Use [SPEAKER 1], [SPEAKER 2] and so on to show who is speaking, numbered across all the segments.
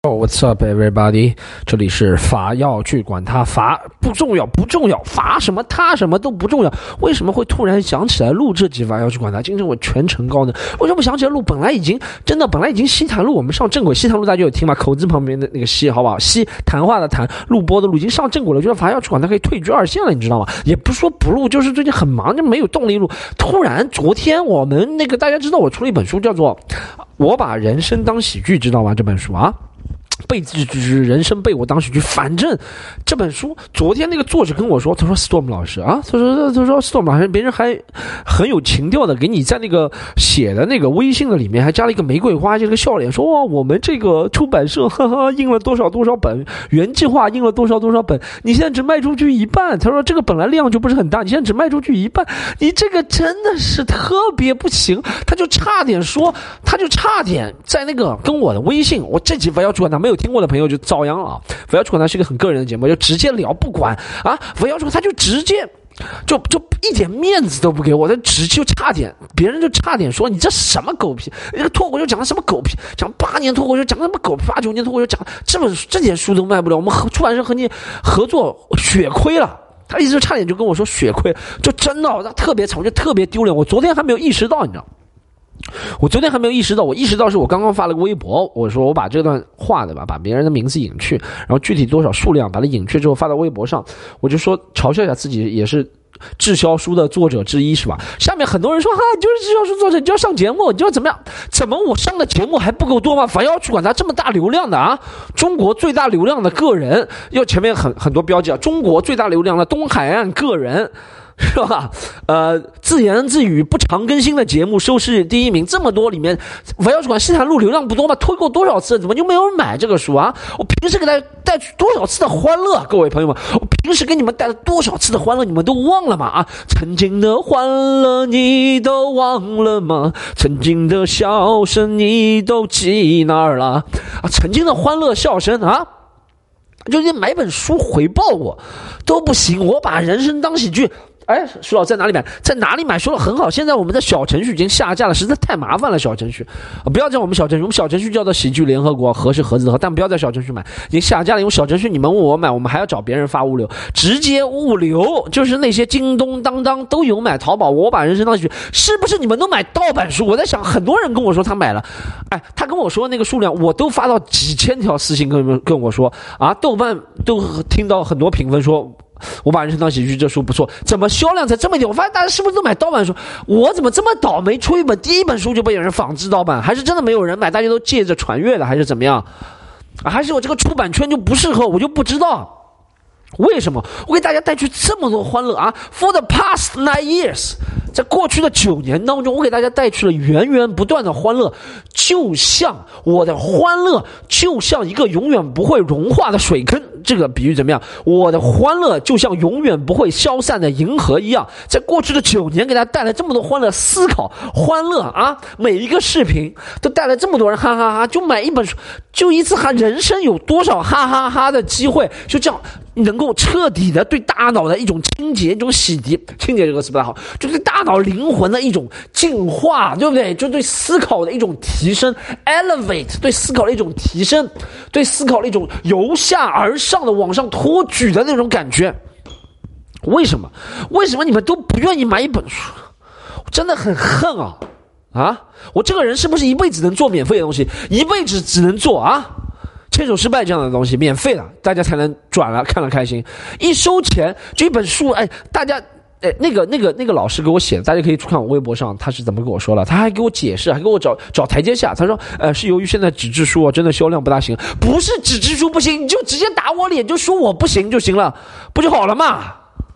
[SPEAKER 1] What's up, everybody？ 这里是法要去管他，法不重要，不重要，法什么他什么都不重要。为什么会突然想起来录这集法要去管他？今天我全程高呢？为什么想起来录？本来已经西谈录，我们上正轨。西谈录大家有听吗？口字旁边的那个西，好不好？西谈话的谈，录播的录，已经上正轨了。觉得法要去管他可以退居二线了，你知道吗？也不说不录，就是最近很忙，就没有动力录。突然昨天我们那个大家知道我出了一本书，叫做《我把人生当喜剧》，知道吗？这本书啊。人生被我当喜剧。反正这本书昨天那个作者跟我说，他说 Storm 老师啊，他说 Storm 老师，别人还很有情调的给你在那个写的那个微信的里面还加了一个玫瑰花，这个笑脸，说哇，我们这个出版社哈哈印了多少多少本，原计划印了多少多少本，你现在只卖出去一半。他说这个本来量就不是很大，你现在只卖出去一半，你这个真的是特别不行。他就差点在那个跟我的微信，我这集不要主管他没有听过的朋友就遭殃啊！不要主管他是一个很个人的节目，就直接聊不管啊！不要主管他就直接就一点面子都不给我，他直接就差点，别人就差点说你这什么狗屁！那个脱口秀讲的什么狗屁？讲8年脱口秀讲什么狗屁？8、9年脱口秀讲这点书都卖不了，我们出版社和你合作血亏了。他一直差点就跟我说血亏，就真的他特别惨，我就特别丢脸。我昨天还没有意识到，你知道。我昨天还没有意识到，我意识到是我刚刚发了个微博，我说我把这段话的吧，把别人的名字隐去，然后具体多少数量把它隐去之后发到微博上，我就说嘲笑一下自己也是滞销书的作者之一，是吧？下面很多人说哈，你就是滞销书作者，你就要上节目，你就要怎么样？怎么我上的节目还不够多吗？反要去管他这么大流量的啊，中国最大流量的个人，又前面很多标记啊，中国最大流量的东海岸个人。是吧？自言自语不常更新的节目收视第1名，这么多里面，我要管西坛路流量不多吗？推过多少次，怎么就没有人买这个书啊？我平时给大家带去多少次的欢乐，各位朋友们，我平时给你们带了多少次的欢乐，你们都忘了吗？啊，曾经的欢乐你都忘了吗？曾经的笑声你都记哪儿了？啊，曾经的欢乐笑声啊！就是买本书回报我都不行，我把人生当喜剧。哎，说到在哪里买？在哪里买？说的很好。现在我们的小程序已经下架了，实在太麻烦了。小程序，不要叫我们小程序，我们小程序叫做喜剧联合国，和是盒子的和，但不要在小程序买，已经下架了。用小程序你们问我买，我们还要找别人发物流，直接物流，就是那些京东、当当都有买。淘宝，我把人生当喜剧，是不是你们都买盗版书？我在想，很多人跟我说他买了，哎，他跟我说那个数量，我都发到几千条私信跟我说啊，豆瓣都听到很多评分说。我把人生当喜剧这书不错，怎么销量才这么一点？我发现大家是不是都买盗版书？我怎么这么倒霉，出一本第一本书就被人仿制盗版？还是真的没有人买，大家都借着传阅的，还是怎么样？还是我这个出版圈就不适合，我就不知道为什么。我给大家带去这么多欢乐啊 ！For the past 9 years， 在过去的9年当中，我给大家带去了源源不断的欢乐，就像我的欢乐就像一个永远不会融化的水坑。这个比喻怎么样？我的欢乐就像永远不会消散的银河一样，在过去的9年给大家带来这么多欢乐、思考、欢乐啊！每一个视频都带来这么多人哈哈哈，就买一本书，就一次哈，人生有多少哈哈哈的机会？就这样能够彻底的对大脑的一种清洁、一种洗涤，清洁这个词不太好，就对大脑灵魂的一种净化，对不对？就对思考的一种提升 ，elevate， 对思考的一种提升，对思考的一种由下而上的往上托举的那种感觉。为什么你们都不愿意买一本书？我真的很恨啊！啊，我这个人是不是一辈子能做免费的东西？一辈子只能做啊？牵手失败这样的东西免费的，大家才能转了看了开心。一收钱就一本书，哎，大家。哎，那个老师给我写的，大家可以去看我微博上他是怎么跟我说了，他还给我解释，还给我找台阶下。他说，是由于现在纸质书啊，真的销量不大行，不是纸质书不行，你就直接打我脸，就说我不行就行了，不就好了嘛？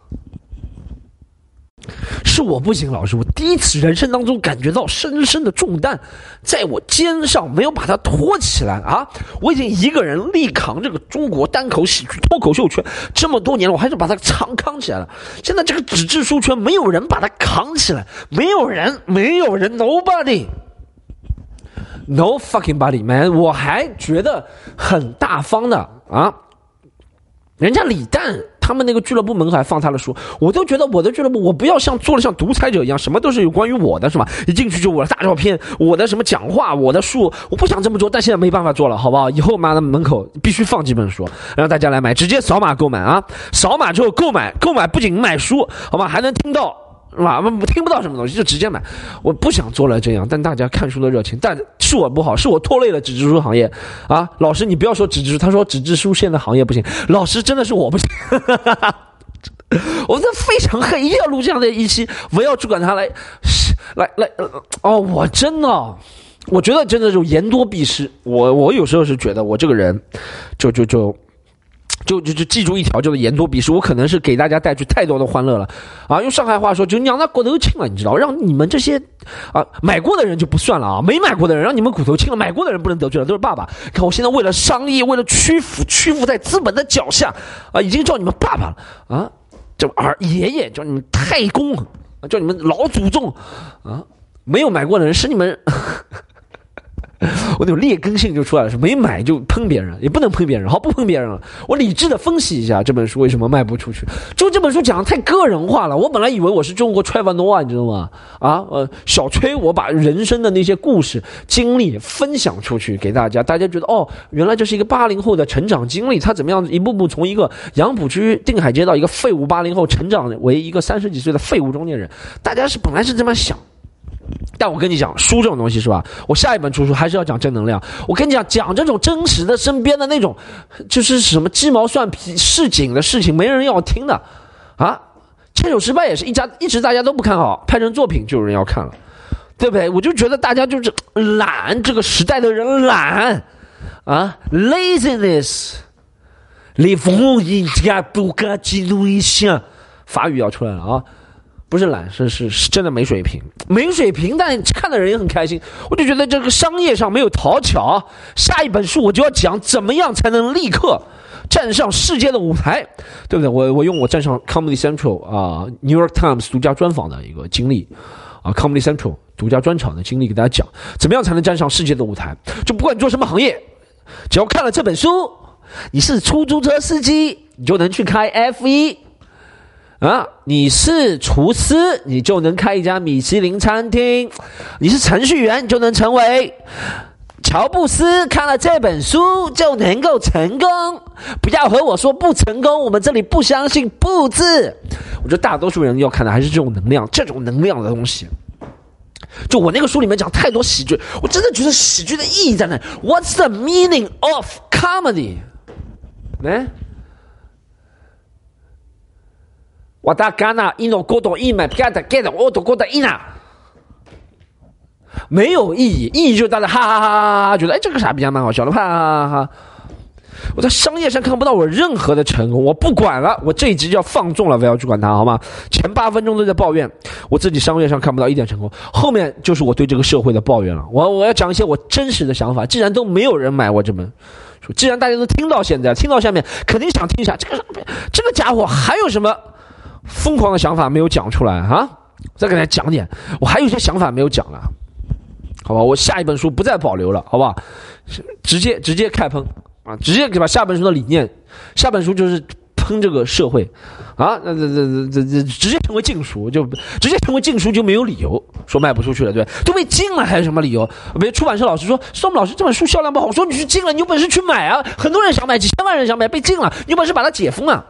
[SPEAKER 1] 是我不行，老师，我第一次人生当中感觉到深深的重担在我肩上，没有把它托起来啊！我已经一个人力扛这个中国单口喜剧脱口秀圈这么多年了，我还是把它扛起来了。现在这个纸质书圈没有人把它扛起来，没有人 ，nobody。No fucking body man， 我还觉得很大方的啊！人家李诞他们那个俱乐部门口还放他的书，我都觉得我的俱乐部我不要做了像独裁者一样，什么都是有关于我的，是吧？一进去就我的大照片，我的什么讲话，我的书，我不想这么做，但现在没办法做了，好不好？以后妈的门口必须放几本书，让大家来买，直接扫码购买啊！扫码之后购买不仅买书，好吧，还能听到。是吧？听不到什么东西就直接买，我不想做了这样，但大家看书的热情，但是我不好，是我拖累了纸质书行业啊！老师，你不要说纸质书，他说纸质书现在行业不行，老师真的是我不行，我真的非常恨，一定要录这样的一期，我要主管他来，我真的，我觉得真的就言多必失，我有时候是觉得我这个人，就记住一条，就是言多必失。我可能是给大家带去太多的欢乐了啊！用上海话说，就让他骨头轻了，你知道？让你们这些买过的人就不算了啊，没买过的人让你们骨头轻了，买过的人不能得罪了，都是爸爸。看我现在为了商业，为了屈服在资本的脚下啊，已经叫你们爸爸了啊，叫爷爷，叫你们太公，叫你们老祖宗啊！没有买过的人是你们。我那种劣根性就出来了，是没买就喷别人，也不能喷别人，好不喷别人了。我理智的分析一下这本书为什么卖不出去。就这本书讲的太个人化了，我本来以为我是中国 Trevor Noah， 你知道吗？小崔，我把人生的那些故事经历分享出去给大家，大家觉得原来这是一个80后的成长经历，他怎么样一步步从一个杨浦区定海街道一个废物80后成长为一个30几岁的废物中年人，大家本来是这么想。但我跟你讲，书这种东西是吧？我下一本出书还是要讲正能量。我跟你讲这种真实的身边的那种，就是什么鸡毛蒜皮市井的事情，没人要听的啊。牵手失败也是一直大家都不看好，拍成作品就有人要看了，对不对？我就觉得大家就是懒，这个时代的人懒啊 ，laziness， les gens ils gardent beaucoup de nourriture， 法语要出来了啊。不是懒，是真的没水平，但看的人也很开心。我就觉得这个商业上没有讨巧。下一本书我就要讲怎么样才能立刻站上世界的舞台，对不对？我用我站上 Comedy Central New York Times 独家专访的一个经历Comedy Central 独家专场的经历，给大家讲怎么样才能站上世界的舞台。就不管你做什么行业，只要看了这本书，你是出租车司机，你就能去开 F1。你是厨师，你就能开一家米其林餐厅；你是程序员，你就能成为乔布斯。看了这本书就能够成功，不要和我说不成功，我们这里不相信不字。我觉得大多数人要看的还是这种能量的东西。就我那个书里面讲太多喜剧，我真的觉得喜剧的意义在哪 ？What's the meaning of comedy？ 我大干呐，一诺过多一买干的干的，我都过得一呐，没有意义，意义就是大家哈哈哈哈，觉得这个傻逼还蛮好笑的，哈哈哈哈。我在商业上看不到我任何的成功，我不管了，我这一集就要放纵了，不要去管它，好吗？前8分钟都在抱怨我自己商业上看不到一点成功，后面就是我对这个社会的抱怨了。我要讲一些我真实的想法，既然都没有人买我这本书，既然大家都听到现在，听到下面，肯定想听一下这个家伙还有什么疯狂的想法没有讲出来啊！再给大家讲点，我还有一些想法没有讲了，好吧？我下一本书不再保留了，好吧？直接开喷啊！直接把下本书的理念，下本书就是喷这个社会啊！直接成为禁书，就直接成为禁书就没有理由说卖不出去了，对，都被禁了还有什么理由？别出版社老师说宋老师这本书销量不好，我说你去禁了，你有本事去买啊！很多人想买，几千万人想买，被禁了，你有本事把它解封啊！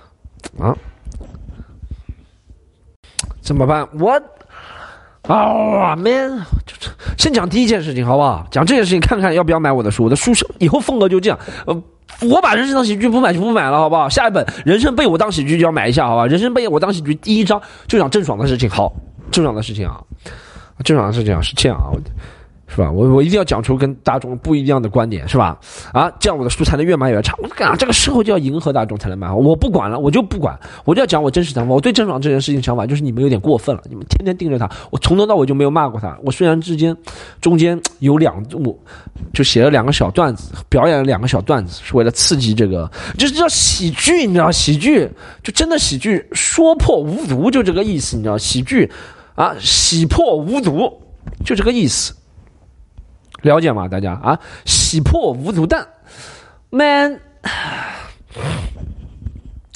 [SPEAKER 1] 怎么办？man， 先讲第一件事情好不好？讲这件事情，看看要不要买我的书。我的书以后风格就这样，我把人生当喜剧不买就不买了，好不好？下一本人生被我当喜剧就要买一下，好吧？人生被我当喜剧第1章就讲郑爽的事情，好，郑爽的事情啊，郑爽的事情啊是这样啊。是吧？我一定要讲出跟大众不一样的观点，是吧？这样我的书才能越卖越差。我干这个社会就要迎合大众才能卖好，我不管了，我就不管，我就要讲我真实想法。我对郑爽这件事情想法就是你们有点过分了，你们天天盯着他，我从头到尾就没有骂过他。我虽然中间有2幕，就写了2个小段子，表演了2个小段子，是为了刺激这个，就是叫喜剧，你知道，喜剧就真的喜剧，说破无毒就这个意思，你知道，喜剧喜破无毒就这个意思。了解吗？大家喜破无毒，但 man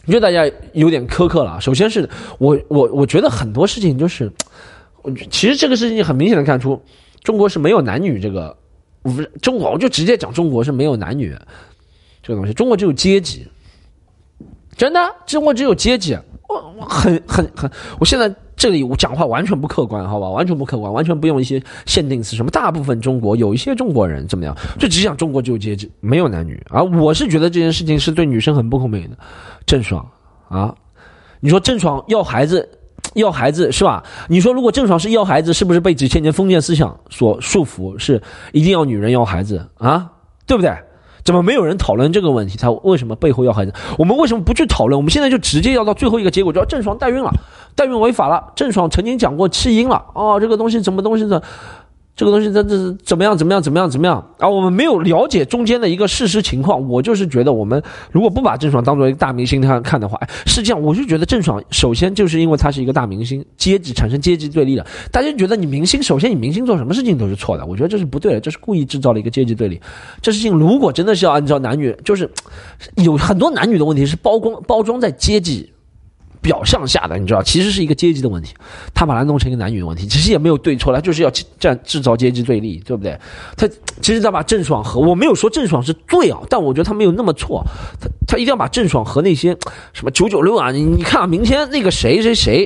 [SPEAKER 1] 我觉得大家有点苛刻了。首先是我觉得很多事情就是，其实这个事情很明显的看出，中国是没有男女这个，中国我就直接讲中国是没有男女这个东西，中国只有阶级，真的，中国只有阶级。我现在这里我讲话完全不客观，好吧，完全不客观，完全不用一些限定词，什么大部分中国有一些中国人怎么样，就只讲中国只有阶级，没有男女。而我是觉得这件事情是对女生很不公平的。郑爽啊，你说郑爽要孩子是吧？你说如果郑爽是要孩子，是不是被几千年封建思想所束缚，是一定要女人要孩子啊，对不对？怎么没有人讨论这个问题？他为什么背后要孩子？我们为什么不去讨论？我们现在就直接要到最后一个结果，就要郑爽代孕了，代孕违法了。郑爽曾经讲过弃婴了，这个东西什么东西的，这个东西这怎么样啊？我们没有了解中间的一个事实情况。我就是觉得，我们如果不把郑爽当做一个大明星看的话，是这样。我就觉得郑爽首先就是因为她是一个大明星，产生阶级对立了。大家觉得你明星，首先你明星做什么事情都是错的，我觉得这是不对的，这是故意制造了一个阶级对立。这事情如果真的是要按照男女，就是有很多男女的问题是包装在阶级表象下的，你知道，其实是一个阶级的问题，他把它弄成一个男女的问题，其实也没有对错，他就是要制造阶级对立，对不对？其实他把郑爽和我没有说郑爽是对啊，但我觉得他没有那么错，他一定要把郑爽和那些什么996啊，你看啊，明天那个谁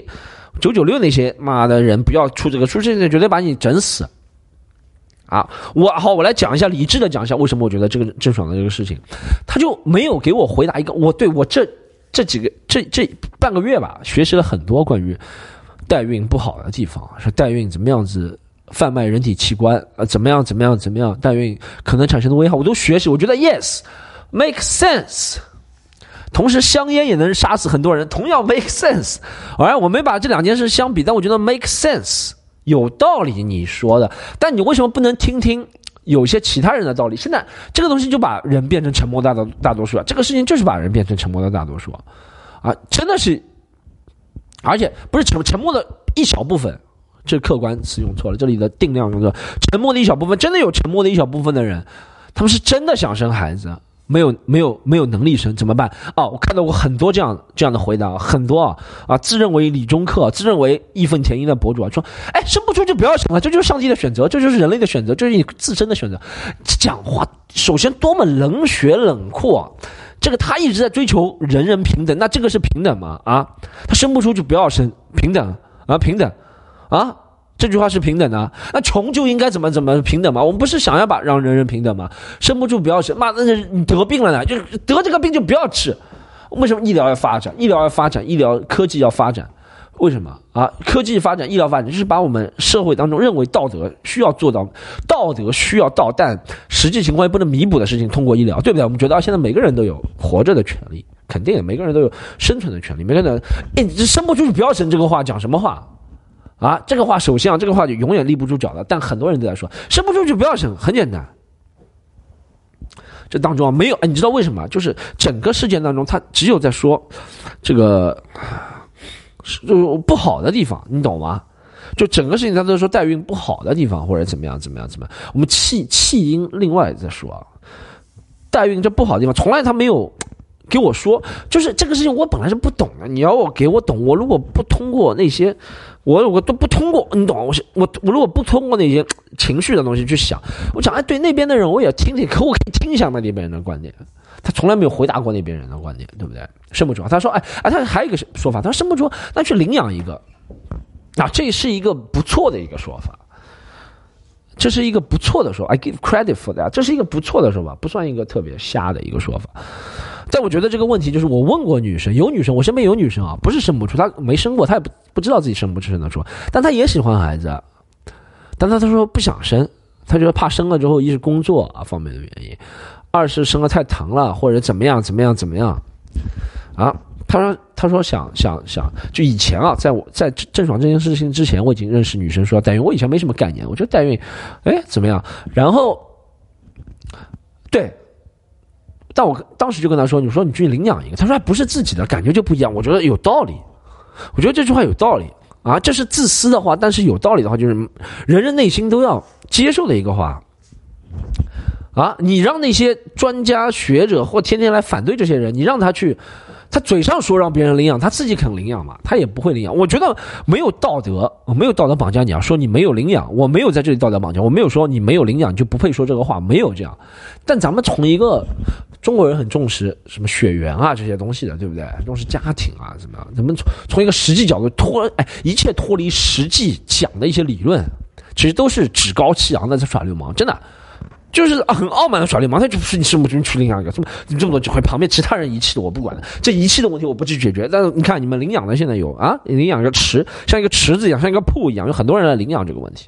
[SPEAKER 1] 996那些妈的人不要出这个绝对把你整死啊！我来讲一下，理智的讲一下为什么我觉得这个郑爽的这个事情，他就没有给我回答一个我这半个月吧，学习了很多关于代孕不好的地方，说代孕怎么样子贩卖人体器官，怎么样，代孕可能产生的危害，我都学习，我觉得 yes make sense。同时香烟也能杀死很多人，同样 make sense。我没把这两件事相比，但我觉得 make sense 有道理你说的，但你为什么不能听听有些其他人的道理？现在这个东西就把人变成沉默大多数了，这个事情就是把人变成沉默的大多数啊，真的是，而且不是沉默的一小部分，这客观词用错了，这里的定量用错了，沉默的一小部分，真的有沉默的一小部分的人，他们是真的想生孩子，没有能力生怎么办？我看到过很多这样的回答，很多自认为理中客，自认为义愤填膺的博主说，生不出就不要生了，这就是上帝的选择，这就是人类的选择，这是你自身的选择。讲话首先多么冷血冷酷这个他一直在追求人人平等，那这个是平等吗？他生不出就不要生，平等平等这句话是平等的，那穷就应该怎么平等吗？我们不是想要让人人平等吗？生不出不要生，那你得病了呢，就得这个病就不要治。为什么医疗要发展？医疗科技要发展，为什么科技发展，医疗发展，就是把我们社会当中认为道德需要做到，道德需要到，但实际情况也不能弥补的事情，通过医疗，对不对？我们觉得现在每个人都有活着的权利，肯定每个人都有生存的权利，每个人你生不出就不要生，这个话讲什么话？这个话首先这个话就永远立不住脚的，但很多人都在说生不出就不要生，很简单。这当中没有你知道为什么？就是整个事件当中，他只有在说这个就不好的地方，你懂吗？就整个事情他都说代孕不好的地方，或者怎么样。我们弃婴另外再说代孕这不好的地方，从来他没有给我说，就是这个事情我本来是不懂的，你要我给我懂，我如果不通过那些，我都不通过，你懂我如果不通过那些情绪的东西去想，我讲对那边的人我也听听，可我可以听一下那边人的观点，他从来没有回答过那边人的观点，对不对？生不出，他说他还有一个说法，他说生不出那去领养一个，这是一个不错的一个说法。这是一个不错的说法 ，I give credit for that。这是一个不错的说法，不算一个特别瞎的一个说法。但我觉得这个问题就是，我问过女生，有女生，我身边有女生不是生不出，她没生过，她也不知道自己生不生得出，但她也喜欢孩子，但她说不想生，她觉得怕生了之后，一是工作方面的原因，二是生了太疼了，或者怎么样他说想，就以前在郑爽这件事情之前，我已经认识女生说代孕，我以前没什么概念，我觉得代孕，怎么样？然后，对，但我当时就跟他说，你说你去领养一个，他说不是自己的，感觉就不一样，我觉得有道理，我觉得这句话有道理这是自私的话，但是有道理的话，就是人人内心都要接受的一个话。你让那些专家学者或天天来反对这些人，你让他去他嘴上说让别人领养，他自己肯领养吗？他也不会领养。我觉得没有道德绑架你啊，说你没有领养，我没有在这里道德绑架，我没有说你没有领养就不配说这个话，没有这样。但咱们从一个中国人很重视什么血缘啊这些东西的，对不对？重视家庭啊怎么样？咱们从一个实际角度一切脱离实际讲的一些理论，其实都是趾高气扬的在耍流氓，真的。就是很傲慢的耍流氓，他就是你是不是去领养一个你这么多机会，旁边其他人遗弃的我不管的，这遗弃的问题我不去解决。但是你看你们领养的现在有啊，领养一个池，像一个池子一样，像一个铺一样，有很多人来领养这个问题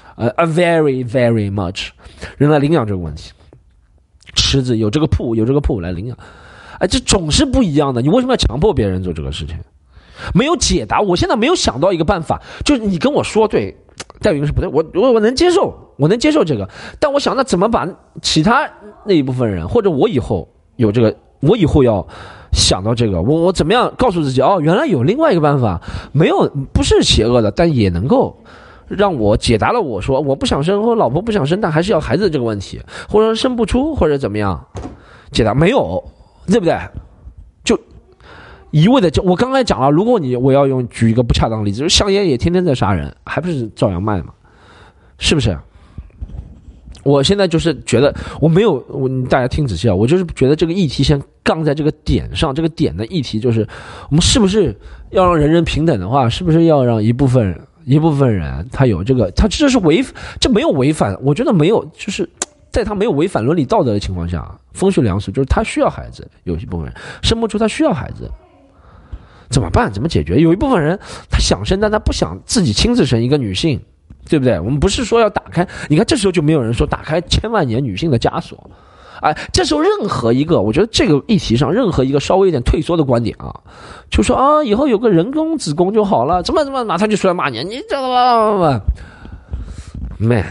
[SPEAKER 1] ，very very much 人来领养这个问题，池子有这个铺来领养，这总是不一样的。你为什么要强迫别人做这个事情？没有解答，我现在没有想到一个办法，就是你跟我说对。代孕是不对，我能接受这个，但我想那怎么把其他那一部分人，或者我以后有这个，我以后要想到这个，我怎么样告诉自己原来有另外一个办法，不是邪恶的，但也能够让我解答了我说我不想生或老婆不想生，但还是要孩子这个问题，或者生不出或者怎么样，解答没有，对不对？就一味的，我刚才讲了，如果我要举一个不恰当的例子，就是香烟也天天在杀人，还不是照样卖嘛？是不是？我现在就是觉得大家听仔细啊，我就是觉得这个议题先杠在这个点上，这个点的议题就是我们是不是要让人人平等的话，是不是要让一部分人他有这个，他这没有违反，我觉得没有，就是在他没有违反伦理道德的情况下，风序良俗，就是他需要孩子，有一部分人生不出，他需要孩子。怎么办？怎么解决？有一部分人他想生，但他不想自己亲自生一个女性，对不对？我们不是说要打开，你看这时候就没有人说打开千万年女性的枷锁，这时候任何一个，我觉得这个议题上任何一个稍微有点退缩的观点啊，就说以后有个人工子宫就好了，怎么马上就出来骂你这个man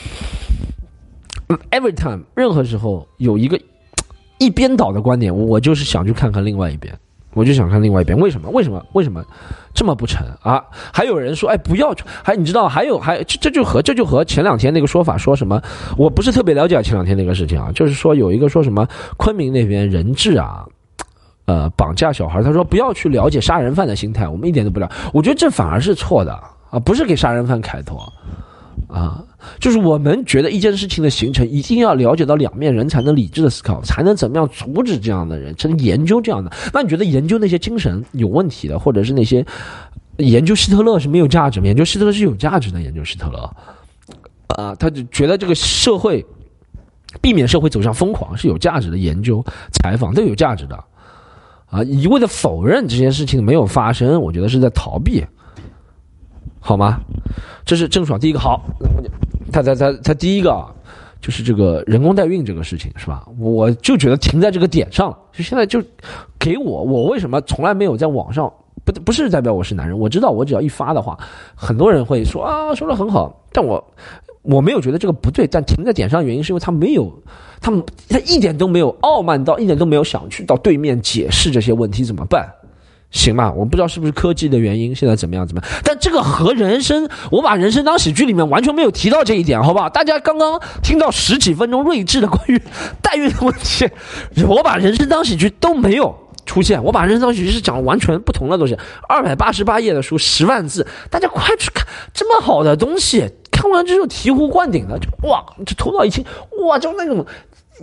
[SPEAKER 1] every time 任何时候有一个一边倒的观点，我就是想去看看另外一边。为什么这么不成啊？还有人说不要，你知道这就和前两天那个说法说什么，我不是特别了解前两天那个事情啊，就是说有一个说什么昆明那边人质啊绑架小孩，他说不要去了解杀人犯的心态，我们一点都不了，我觉得这反而是错的啊，不是给杀人犯开脱啊，就是我们觉得一件事情的形成一定要了解到两面，人才能理智的思考，才能怎么样阻止这样的人，才能研究这样的。那你觉得研究那些精神有问题的，或者是那些研究希特勒是没有价值吗？研究希特勒是有价值的，研究希特勒他就觉得这个社会避免社会走向疯狂是有价值的，研究采访都有价值的一味的否认这件事情没有发生，我觉得是在逃避，好吗？这是郑爽第一个好，他第一个就是这个人工代孕这个事情是吧？我就觉得停在这个点上了，就现在就给我为什么从来没有在网上不是代表我是男人，我知道我只要一发的话，很多人会说说得很好，但我没有觉得这个不对，但停在点上的原因是因为他一点都没有傲慢到，一点都没有想去到对面解释这些问题怎么办。行吧，我不知道是不是科技的原因，现在怎么样，但这个和人生，我把人生当喜剧里面完全没有提到这一点，好不好？大家刚刚听到10几分钟睿智的关于代孕的问题，我把人生当喜剧都没有出现，我把人生当喜剧是讲完全不同的东西，288页的书10万字，大家快去看这么好的东西，看完之后醍醐灌顶的，就头脑一清，就那种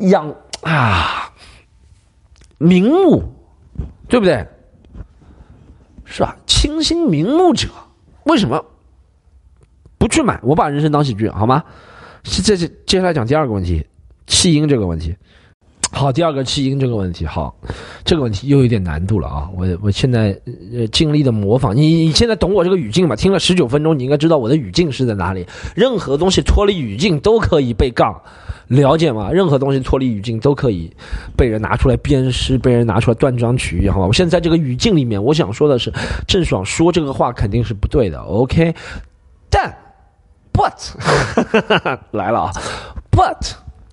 [SPEAKER 1] 明目，对不对？是吧？清新明目者，为什么不去买？我把人生当喜剧，好吗？接下来讲第二个问题，弃婴这个问题。好，第二个弃婴这个问题，好，这个问题又有点难度了啊！我现在尽力的模仿你现在懂我这个语境吧？听了19分钟，你应该知道我的语境是在哪里。任何东西脱离语境都可以被杠，了解吗？任何东西脱离语境都可以被人拿出来鞭尸，被人拿出来断章取义，好吧？我现在在这个语境里面，我想说的是，郑爽说这个话肯定是不对的 ，OK？ 但 but 来了啊 ，but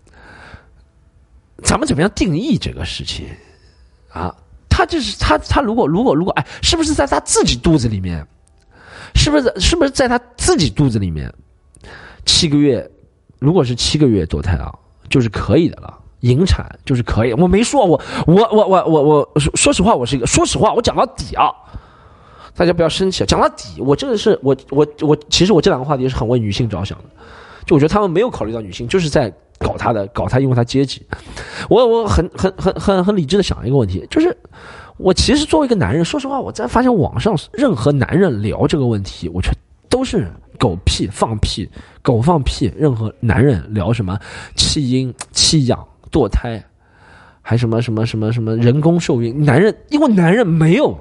[SPEAKER 1] 咱们怎么样定义这个事情啊？他就是他如果是不是在他自己肚子里面？是不是在他自己肚子里面7个月？如果是7个月堕胎啊，就是可以的了， 引产就是可以。我没说我说实话，说实话，我讲到底啊，大家不要生气。讲到底，我真的是其实我这两个话题是很为女性着想的，就我觉得他们没有考虑到女性，就是在搞他，因为他阶级。我很理智的想一个问题，就是我其实作为一个男人，说实话，我在发现网上任何男人聊这个问题，我觉得都是狗放屁，任何男人聊什么弃婴、弃养、堕胎，还什么人工受孕，因为男人没有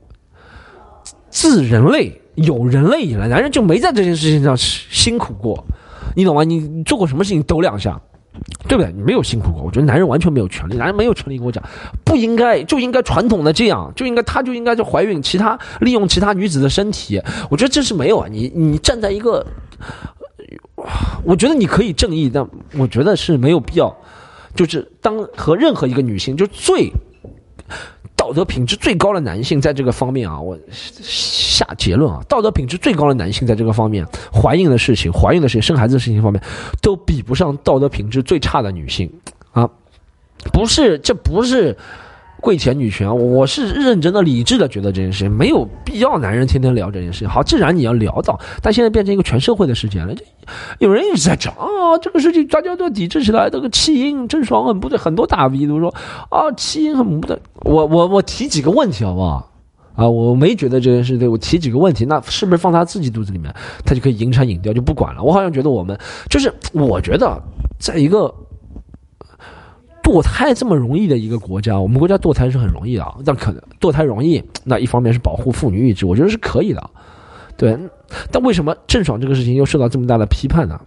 [SPEAKER 1] 自人类有人类以来，男人就没在这件事情上辛苦过，你懂吗？你做过什么事情抖两下，对不对？你没有辛苦过，我觉得男人完全没有权利，男人没有权利跟我讲不应该，就应该传统的这样，他就应该就怀孕，利用其他女子的身体，我觉得这是没有啊。你站在一个，我觉得你可以正义，但我觉得是没有必要，就是当和任何一个女性，就最道德品质最高的男性在这个方面啊，我下结论啊，道德品质最高的男性在这个方面，怀孕的事情、生孩子的事情方面，都比不上道德品质最差的女性啊！这不是跪舔女权啊，我是认真的、理智的觉得这件事情没有必要，男人天天聊这件事情。好，既然你要聊到，但现在变成一个全社会的事件了，有人一直在讲啊，这个事情大家都要抵制起来。这个弃婴，郑爽很不对，很多大 V 都说啊，弃婴很不对。我提几个问题好不好？啊，我没觉得这件事对，我提几个问题，那是不是放他自己肚子里面，他就可以引产引掉就不管了？我好像觉得我觉得在一个堕胎这么容易的一个国家，我们国家堕胎是很容易的，但可能堕胎容易，那一方面是保护妇女意志，我觉得是可以的，对。但为什么郑爽这个事情又受到这么大的批判呢？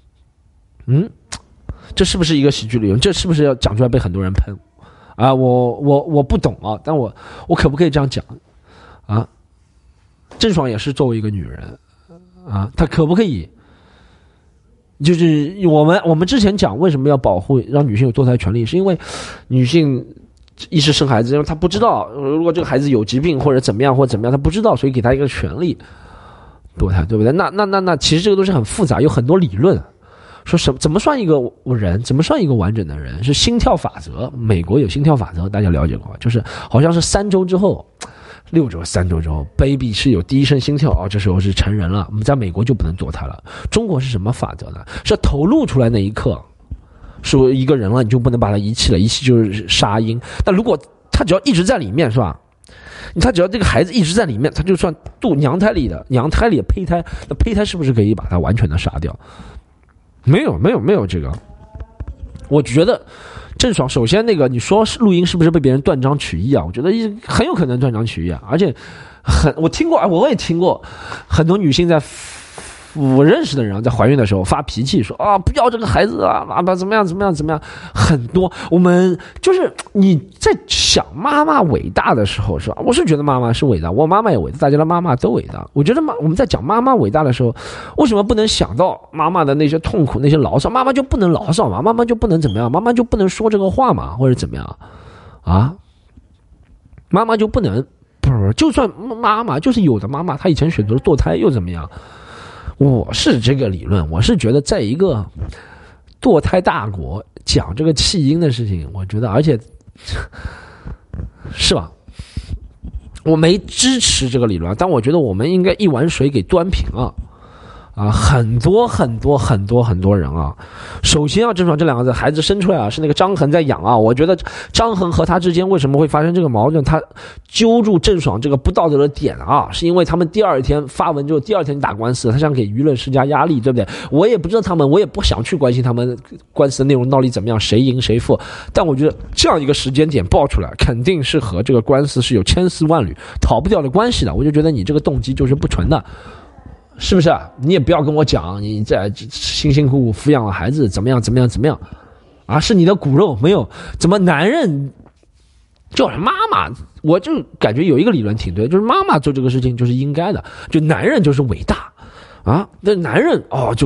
[SPEAKER 1] 这是不是一个喜剧理论？这是不是要讲出来被很多人喷？啊，我不懂啊，但我可不可以这样讲啊？郑爽也是作为一个女人啊，她可不可以？就是我们之前讲为什么要保护让女性有堕胎权利，是因为女性一时生孩子，因为她不知道如果这个孩子有疾病或者怎么样，她不知道，所以给她一个权利堕胎，对不对？那其实这个都是很复杂，有很多理论。说怎么算一个人，怎么算一个完整的人？是心跳法则，美国有心跳法则，大家了解过，就是好像是3周之后，3周之后 ，baby 是有第一声心跳啊，这时候是成人了。我们在美国就不能堕胎了。中国是什么法则呢？是头露出来那一刻，是一个人了，你就不能把他遗弃了，遗弃就是杀婴。但如果他只要一直在里面，是吧？他只要这个孩子一直在里面，他就算娘胎里的胚胎，那胚胎是不是可以把它完全的杀掉？没有这个。我觉得郑爽首先那个你说录音是不是被别人断章取义啊？我觉得很有可能断章取义啊，而且我听过，我也听过很多女性在我认识的人在怀孕的时候发脾气说啊不要这个孩子啊怎么样，很多。我们就是你在想妈妈伟大的时候是吧？我是觉得妈妈是伟大，我妈妈也伟大，大家的妈妈都伟大。我觉得我们在讲妈妈伟大的时候，为什么不能想到妈妈的那些痛苦那些牢骚？妈妈就不能牢骚吗？妈妈就不能怎么样？妈妈就不能说这个话吗？或者怎么样啊？妈妈就不能不，就算妈妈就是有的妈妈她以前选择了堕胎又怎么样？我是这个理论，我是觉得在一个堕胎大国讲这个弃婴的事情，我觉得而且是吧，我没支持这个理论，但我觉得我们应该一碗水给端平啊，很多人啊，首先郑爽这2个字孩子生出来啊，是那个张恒在养啊。我觉得张恒和他之间为什么会发生这个矛盾，他揪住郑爽这个不道德的点啊，是因为他们第二天发文之后，第二天打官司，他想给舆论施加压力，对不对？我也不知道他们，我也不想去关心他们官司的内容到底怎么样，谁赢谁负。但我觉得这样一个时间点爆出来，肯定是和这个官司是有千丝万缕逃不掉的关系的。我就觉得你这个动机就是不纯的。是不是啊？你也不要跟我讲你在辛辛苦苦抚养了孩子怎么样啊？是你的骨肉没有？怎么男人就是妈妈？我就感觉有一个理论挺对，就是妈妈做这个事情就是应该的，就男人就是伟大啊。那男人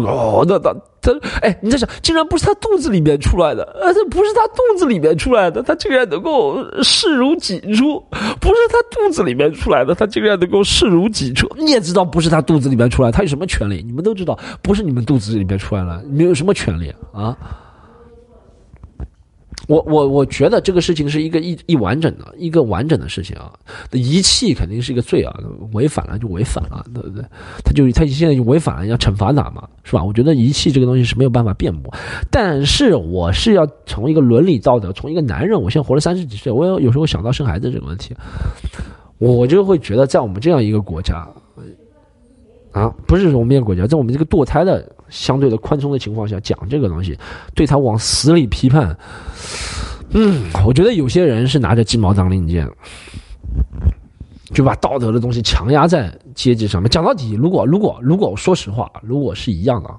[SPEAKER 1] 你在想，竟然不是他肚子里面出来的，这不是他肚子里面出来的，他竟然能够视如己出；不是他肚子里面出来的，他竟然能够视如己出。你也知道不是他肚子里面出来，他有什么权利？你们都知道，不是你们肚子里面出来了，你们有什么权利啊？ 我觉得这个事情是一个完整的事情啊。遗弃肯定是一个罪啊，违反了就违反了，对不对？他现在就违反了，要惩罚他嘛，是吧？我觉得遗弃这个东西是没有办法辩驳，但是我是要从一个伦理道德，从一个男人，我现在活了30几岁，我有时候想到生孩子这个问题，我就会觉得在我们这样一个国家啊，不是我们这个国家，在我们这个堕胎的相对的宽松的情况下讲这个东西，对他往死里批判，我觉得有些人是拿着鸡毛当令箭，就把道德的东西强压在阶级上面。讲到底，如果说实话，如果是一样的，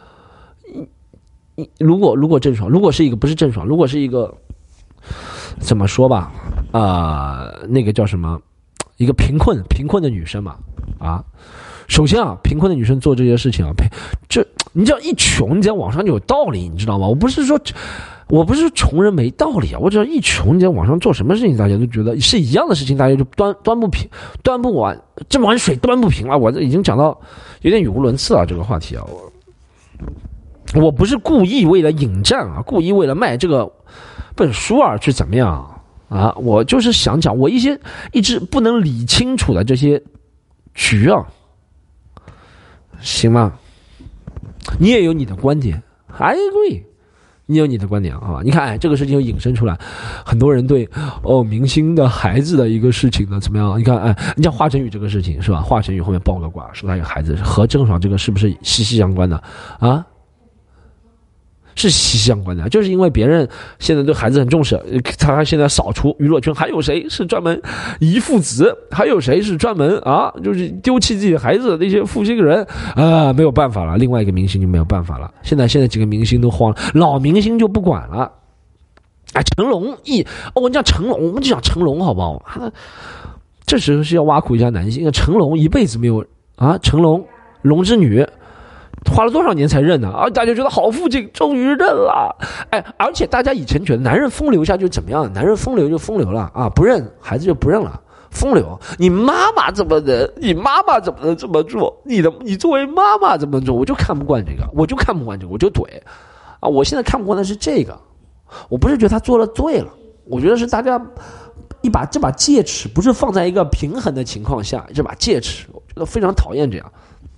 [SPEAKER 1] 如果郑爽，如果是一个不是郑爽，如果是一个怎么说吧，那个叫什么，一个贫困的女生嘛，啊。首先啊，贫困的女生做这些事情啊，你只要一穷，你在网上就有道理，你知道吗？我不是说穷人没道理啊，我只要一穷，你在网上做什么事情，大家都觉得是一样的事情，大家就端不完，这碗水端不平了。我这已经讲到有点语无伦次了，这个话题啊，我不是故意为了引战啊，故意为了卖这个本书而去怎么样啊？我就是想讲我一直不能理清楚的这些局啊。行吗？你也有你的观点 ，I agree， 你有你的观点啊。你看，这个事情又引申出来，很多人对明星的孩子的一个事情呢怎么样？你看，你像华晨宇这个事情是吧？华晨宇后面爆个卦，说他有孩子，和郑爽这个是不是息息相关的啊？是息息相关的，就是因为别人现在对孩子很重视，他现在扫除娱乐圈，还有谁是专门遗父子？还有谁是专门就是丢弃自己的孩子的那些负心人没有办法了。另外一个明星就没有办法了。现在几个明星都慌了，老明星就不管了。成龙我讲成龙，我们就讲成龙好不好？这时候是要挖苦一下男性，成龙一辈子没有成龙之女。花了多少年才认呢？大家觉得好父亲终于认了，而且大家以前觉得男人风流一下就怎么样，男人风流就风流了不认孩子就不认了，风流。你妈妈怎么能这么做？你作为妈妈怎么做？我就看不惯这个，我就怼我现在看不惯的是这个，我不是觉得他做了对了，我觉得是大家这把戒尺不是放在一个平衡的情况下，这把戒尺我觉得非常讨厌这样。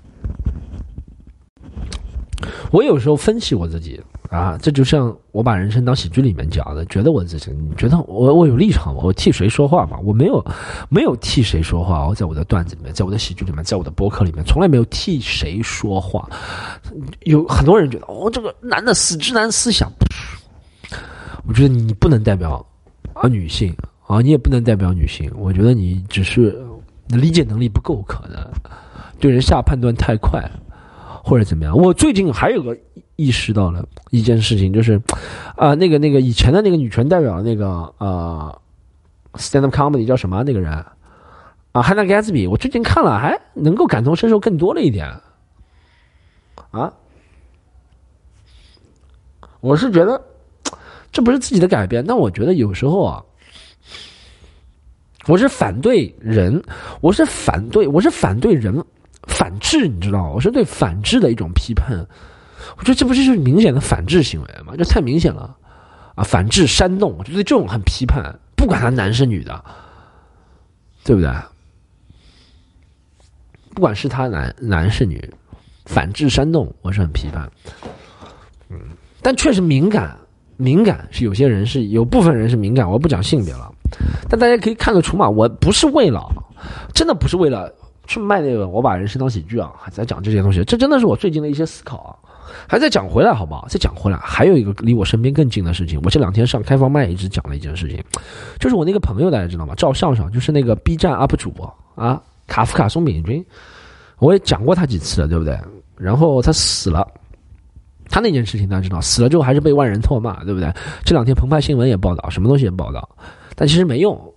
[SPEAKER 1] 我有时候分析我自己这就像我把人生当喜剧里面讲的，觉得我自己，你觉得我有立场吗？我替谁说话吗？我没有替谁说话。我在我的段子里面，在我的喜剧里面，在我的播客里面，从来没有替谁说话。有很多人觉得这个男的死直男思想，我觉得你不能代表女性你也不能代表女性。我觉得你只是理解能力不够，可能对人下判断太快。或者怎么样？我最近还有个意识到了一件事情，就是那个以前的那个女权代表那个stand up comedy 叫什么那个人Hannah Gatsby， 我最近看了还能够感同身受更多了一点我是觉得这不是自己的改变，但我觉得有时候我是反对人反制，你知道吗？我是对反制的一种批判。我觉得这不是明显的反制行为吗？这太明显了反制煽动，我觉得这种很批判，不管他男是女的，对不对？不管是他男是女，反制煽动我是很批判。但确实敏感是有部分人是敏感，我不讲性别了，但大家可以看得出嘛，我不是为了，真的不是为了去卖那个我把人生当喜剧还在讲这些东西，这真的是我最近的一些思考还在讲回来好不好？再讲回来，还有一个离我身边更近的事情，我这2天上开放麦一直讲了一件事情，就是我那个朋友大家知道吗？赵向上，就是那个 B 站 UP 主卡夫卡松饼君，我也讲过他几次了，对不对？然后他死了，他那件事情大家知道，死了之后还是被万人唾骂，对不对？这2天澎湃新闻也报道，什么东西也报道，但其实没用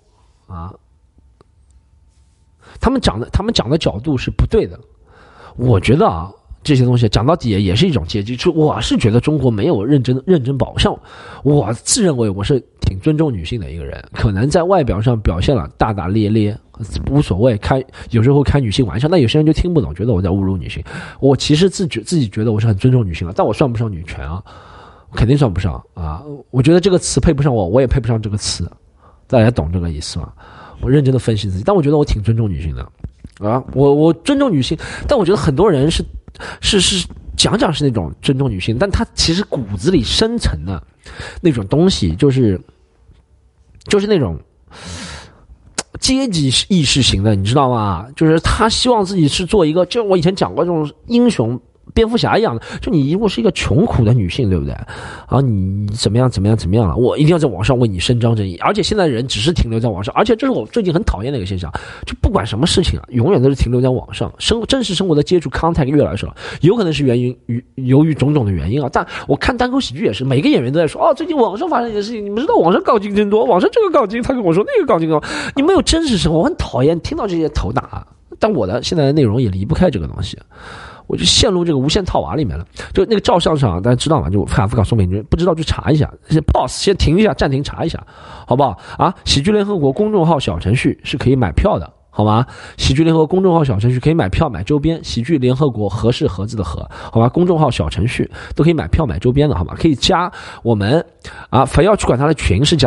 [SPEAKER 1] 他们讲的角度是不对的。我觉得这些东西讲到底也是一种阶级。我是觉得中国没有认真保像我自认为我是挺尊重女性的一个人，可能在外表上表现了大大咧咧无所谓，有时候开女性玩笑，但有些人就听不懂，觉得我在侮辱女性。我其实自己觉得我是很尊重女性的，但我算不上女权肯定算不上啊。我觉得这个词配不上我，我也配不上这个词，大家懂这个意思吗？我认真的分析自己，但我觉得我挺尊重女性的啊，我尊重女性，但我觉得很多人是讲是那种尊重女性，但他其实骨子里深层的那种东西，就是那种阶级意识型的，你知道吗？就是他希望自己是做一个，就我以前讲过这种英雄蝙蝠侠一样的，就你如果是一个穷苦的女性，对不对？啊，你怎么样了？我一定要在网上为你伸张正义。而且现在人只是停留在网上，而且这是我最近很讨厌的一个现象，就不管什么事情啊，永远都是停留在网上，真实生活的接触 contact 越来越少，有可能是由于种种的原因啊。但我看单口喜剧也是，每个演员都在说，最近网上发生一件事情，你们知道网上杠精真多，网上这个杠精他跟我说那个杠精啊，你没有真实生活，我很讨厌听到这些头打。但我的现在的内容也离不开这个东西。我就陷入这个无限套娃里面了。就那个赵尚尚，大家知道吗？就卡夫卡宋美龄，不知道去查一下。pause， 先停一下，暂停查一下，好不好？啊，喜剧联合国公众号小程序是可以买票的，好吗？喜剧联合国公众号小程序可以买票买周边，喜剧联合国和是盒子的和，好吧？公众号小程序都可以买票买周边的，好吗？可以加我们啊，非要去管他的群是加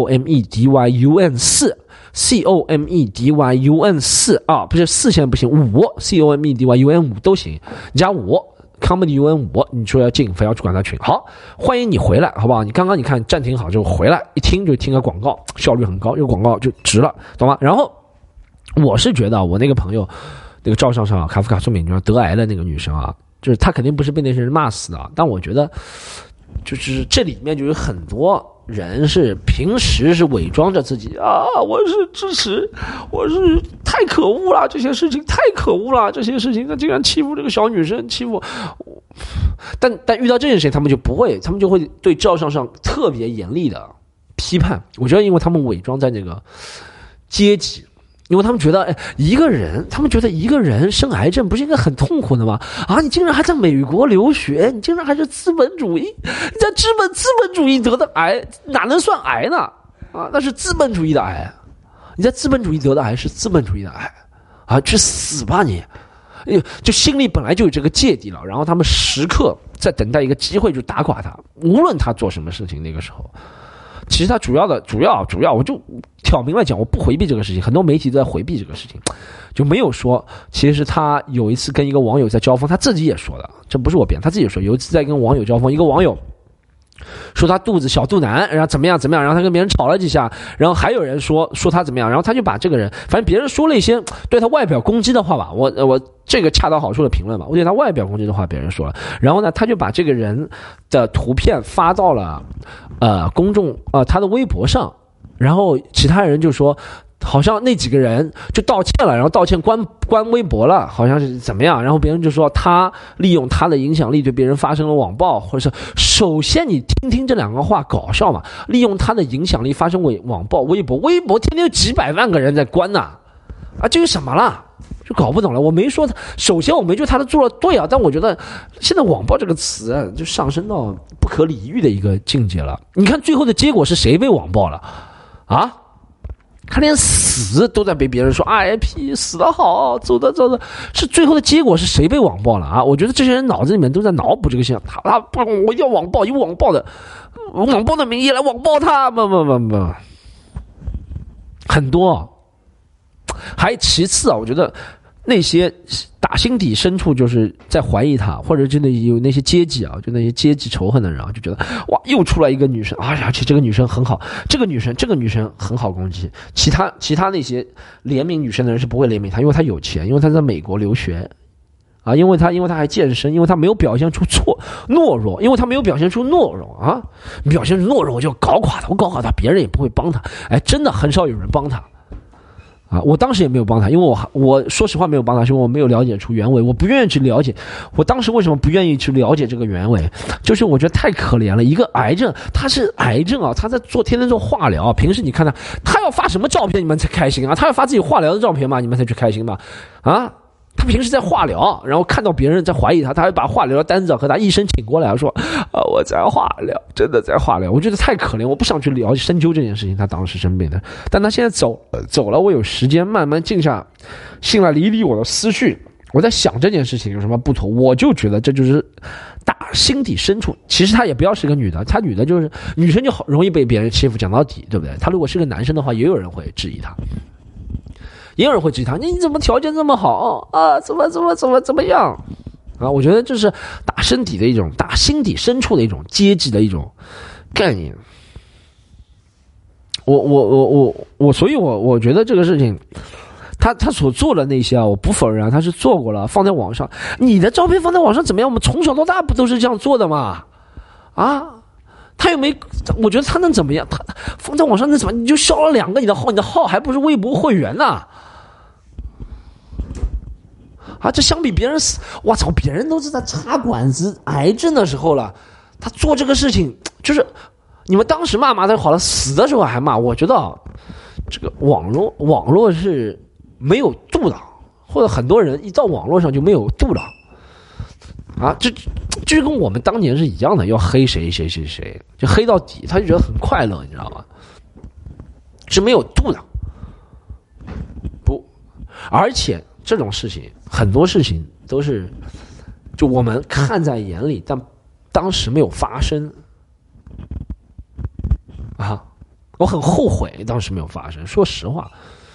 [SPEAKER 1] COMEDYUN4。COMEDYUN4 啊，不是4现在不行，5 COMEDYUN5 都行，你加5 comedy UN5，你说要进非要去管他群，好，欢迎你回来，好不好？你刚刚你看暂停好之后回来，一听就听个广告，效率很高，这个广告就值了，懂吗？然后我是觉得我那个朋友，那个赵尚尚卡夫卡宋美龄得癌的那个女生啊，就是她肯定不是被那些人骂死的，但我觉得就是这里面就有很多人是平时是伪装着自己啊，我是支持，我是太可恶了，这些事情太可恶了，这些事情他竟然欺负这个小女生，欺负，但遇到这件事情他们就不会，他们就会对赵尚尚特别严厉的批判。我觉得因为他们伪装在那个阶级，因为他们觉得，他们觉得一个人生癌症不是应该很痛苦的吗？啊，你竟然还在美国留学，你竟然还是资本主义，你在资本主义得的癌，哪能算癌呢？啊，那是资本主义的癌，你在资本主义得的癌是资本主义的癌，啊，去死吧你！就心里本来就有这个芥蒂了，然后他们时刻在等待一个机会就打垮他，无论他做什么事情，那个时候。其实他主要，我就挑明了讲，我不回避这个事情。很多媒体都在回避这个事情，就没有说，其实他有一次跟一个网友在交锋，他自己也说的，这不是我编，他自己说有一次在跟网友交锋，一个网友说他小肚腩，然后怎么样，然后他跟别人吵了几下，然后还有人说他怎么样，然后他就把这个人，反正别人说了一些对他外表攻击的话吧，我这个恰到好处的评论吧，我对他外表攻击的话别人说了，然后呢，他就把这个人的图片发到了公众他的微博上，然后其他人就说。好像那几个人就道歉了，然后道歉关微博了，好像是怎么样？然后别人就说他利用他的影响力对别人发生了网暴，或者是首先你听这两个话搞笑嘛？利用他的影响力发生网暴，微博天天有几百万个人在关呐，啊，这个什么啦？就搞不懂了。我没说他，首先我没觉得他的做了对啊，但我觉得现在网暴这个词就上升到不可理喻的一个境界了。你看最后的结果是谁被网暴了啊？他连死都在被别人说 RIP 死得好，走的，是最后的结果是谁被网暴了啊？我觉得这些人脑子里面都在脑补这个现象，他不，我要网暴，以网暴的名义来网暴他，不，很多。还其次啊，我觉得那些打心底深处就是在怀疑他，或者真的有那些阶级啊，就那些阶级仇恨的人啊，就觉得哇，又出来一个女生，而且这个女生很好，这个女生很好攻击，其他那些怜悯女生的人是不会怜悯她，因为她有钱，因为她在美国留学啊，因为她还健身，因为她没有表现出懦弱，因为她没有表现出懦弱啊，表现出懦弱我就搞垮她，别人也不会帮她，真的很少有人帮她。啊，我当时也没有帮他，因为我说实话没有帮他，是因为我没有了解出原委，我不愿意去了解。我当时为什么不愿意去了解这个原委？就是我觉得太可怜了，一个癌症，他是癌症啊，他在天天做化疗，平时你看他要发什么照片你们才开心啊？他要发自己化疗的照片吗？你们才去开心吧？啊？他平时在化疗，然后看到别人在怀疑他，他还把化疗的单子和他医生请过来，说我在化疗，真的在化疗。我觉得太可怜，我不想去了解深究这件事情。他当时生病的，但他现在走了，我有时间慢慢静下心来理我的思绪我在想这件事情有什么不同，我就觉得这就是心底深处，其实她也不要是个女的，她女的就是女生就好容易被别人欺负，讲到底，对不对？她如果是个男生的话，也有人会质疑她，也有人会质疑她，你怎么条件这么好啊？怎么样啊？我觉得这是打心底的一种，打心底深处的一种阶级的一种概念。所以我觉得这个事情。他所做的那些啊，我不否认啊，他是做过了，放在网上。你的照片放在网上怎么样？我们从小到大不都是这样做的吗？啊，他又没，我觉得他能怎么样？他放在网上能怎么？你就消了2个你的号，你的号还不是微博会员呢？啊，这相比别人死，我操，别人都是在插管子、癌症的时候了，他做这个事情，就是你们当时骂的好了，死的时候还骂。我觉得这个网络是。没有度的，或者很多人一到网络上就没有度的，啊，这就跟我们当年是一样的，要黑谁，就黑到底，他就觉得很快乐，你知道吗？是没有度的，不，而且这种事情，很多事情都是，就我们看在眼里，但当时没有发生，啊，我很后悔当时没有发生，说实话。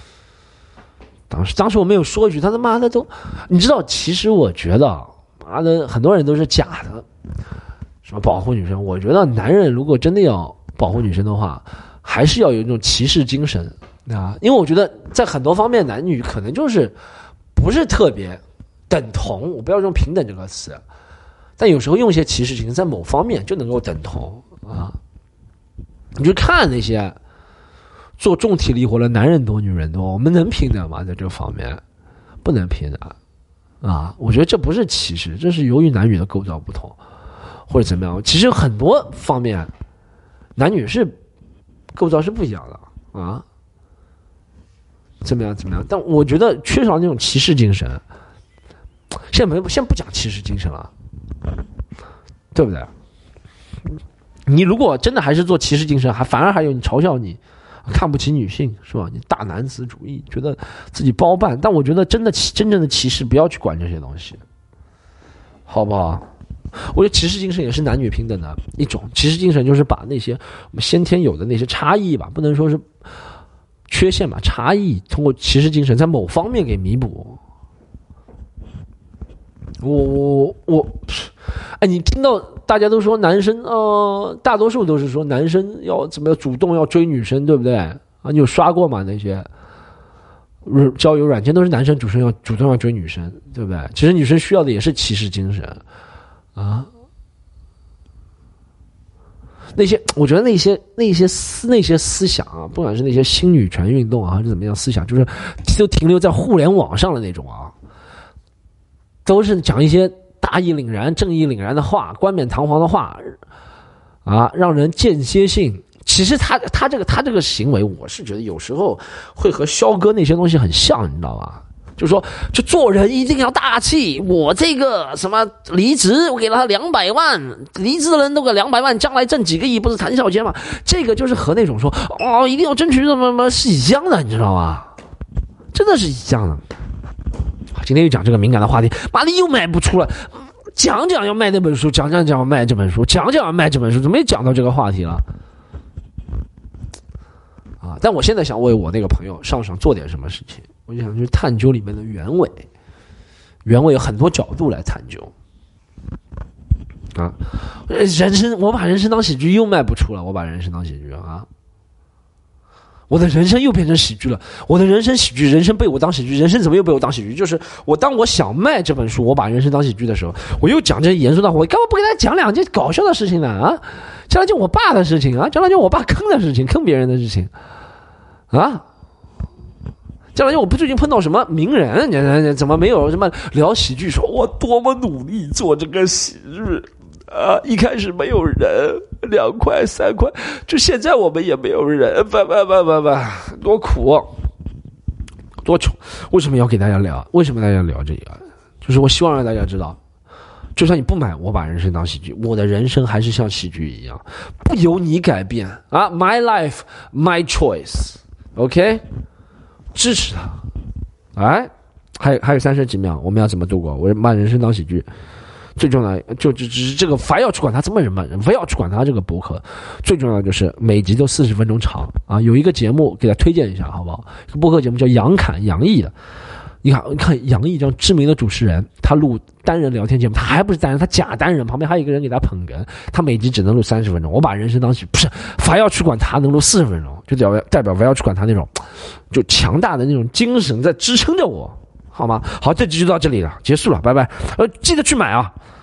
[SPEAKER 1] 当时我没有说一句，他妈的都，你知道，其实我觉得，妈的，很多人都是假的，什么保护女生。我觉得男人如果真的要保护女生的话，还是要有一种骑士精神啊，因为我觉得在很多方面，男女可能就是不是特别等同，我不要用平等这个词，但有时候用一些骑士精神，在某方面就能够等同啊。你就看那些。做重体力活的男人多女人多，我们能平等吗？在这方面不能平等啊！我觉得这不是歧视，这是由于男女的构造不同或者怎么样。其实很多方面男女是构造是不一样的啊，怎么样？但我觉得缺少那种骑士精神。现在不讲骑士精神了，对不对？你如果真的还是做骑士精神，反而还有你嘲笑你。看不起女性是吧？你大男子主义，觉得自己包办。但我觉得真正的歧视不要去管这些东西，好不好？我觉得歧视精神也是男女平等的一种。歧视精神就是把那些我们先天有的那些差异吧，不能说是缺陷吧，差异通过歧视精神在某方面给弥补。哎，你听到大家都说男生大多数都是说男生要怎么样主动要追女生，对不对啊？你有刷过吗？那些交友软件都是男生主动要追女生，对不对？其实女生需要的也是骑士精神啊。那些我觉得那些思想啊，不管是那些新女权运动啊，还是怎么样思想，就是都停留在互联网上的那种啊，都是讲一些大义凛然、正义凛然的话，冠冕堂皇的话，啊，让人间歇性。其实他这个行为，我是觉得有时候会和肖哥那些东西很像，你知道吧？就是说，就做人一定要大气。我这个什么离职，我给了他200万，离职的人都给200万，将来挣几个亿，不是谈笑间吗？这个就是和那种说一定要争取什么是一样的，你知道吗？真的是一样的。今天又讲这个敏感的话题，妈的又卖不出了。讲要卖那本书，讲要卖这本书，讲要卖这本书，怎么没讲到这个话题了？啊！但我现在想为我那个朋友上做点什么事情，我就想去探究里面的原委有很多角度来探究。啊，我把人生当喜剧又卖不出了，我把人生当喜剧啊！我的人生又变成喜剧了，我的人生喜剧，人生被我当喜剧，人生怎么又被我当喜剧？就是当我想卖这本书，我把人生当喜剧的时候，我又讲这些严肃的话，我干嘛不给大家讲2件搞笑的事情呢？啊，讲2件我爸的事情啊，讲2件我爸坑的事情，坑别人的事情，啊，讲2件我不最近碰到什么名人，怎么没有什么聊喜剧？说我多么努力做这个喜剧。一开始没有人，2块3块，就现在我们也没有人，多苦，多穷。为什么要给大家聊？为什么大家聊这个？就是我希望让大家知道，就算你不买我把人生当喜剧，我的人生还是像喜剧一样，不由你改变啊 ！My life, my choice. OK， 支持他，哎， 还有30几秒，我们要怎么度过？我把人生当喜剧。最重要就只是这个，凡要去管他这么人们，不要去管他这个博客。最重要的就是每集都40分钟长啊！有一个节目给他推荐一下，好不好？一个播客节目叫杨毅的。你看杨毅这样知名的主持人，他录单人聊天节目，他还不是单人，他假单人，旁边还有一个人给他捧哏，他每集只能录30分钟。我把人生当喜，不是凡要去管他能录40分钟，就代表凡要去管他那种就强大的那种精神在支撑着我。好吗？好，这集就到这里了，结束了，拜拜。记得去买啊。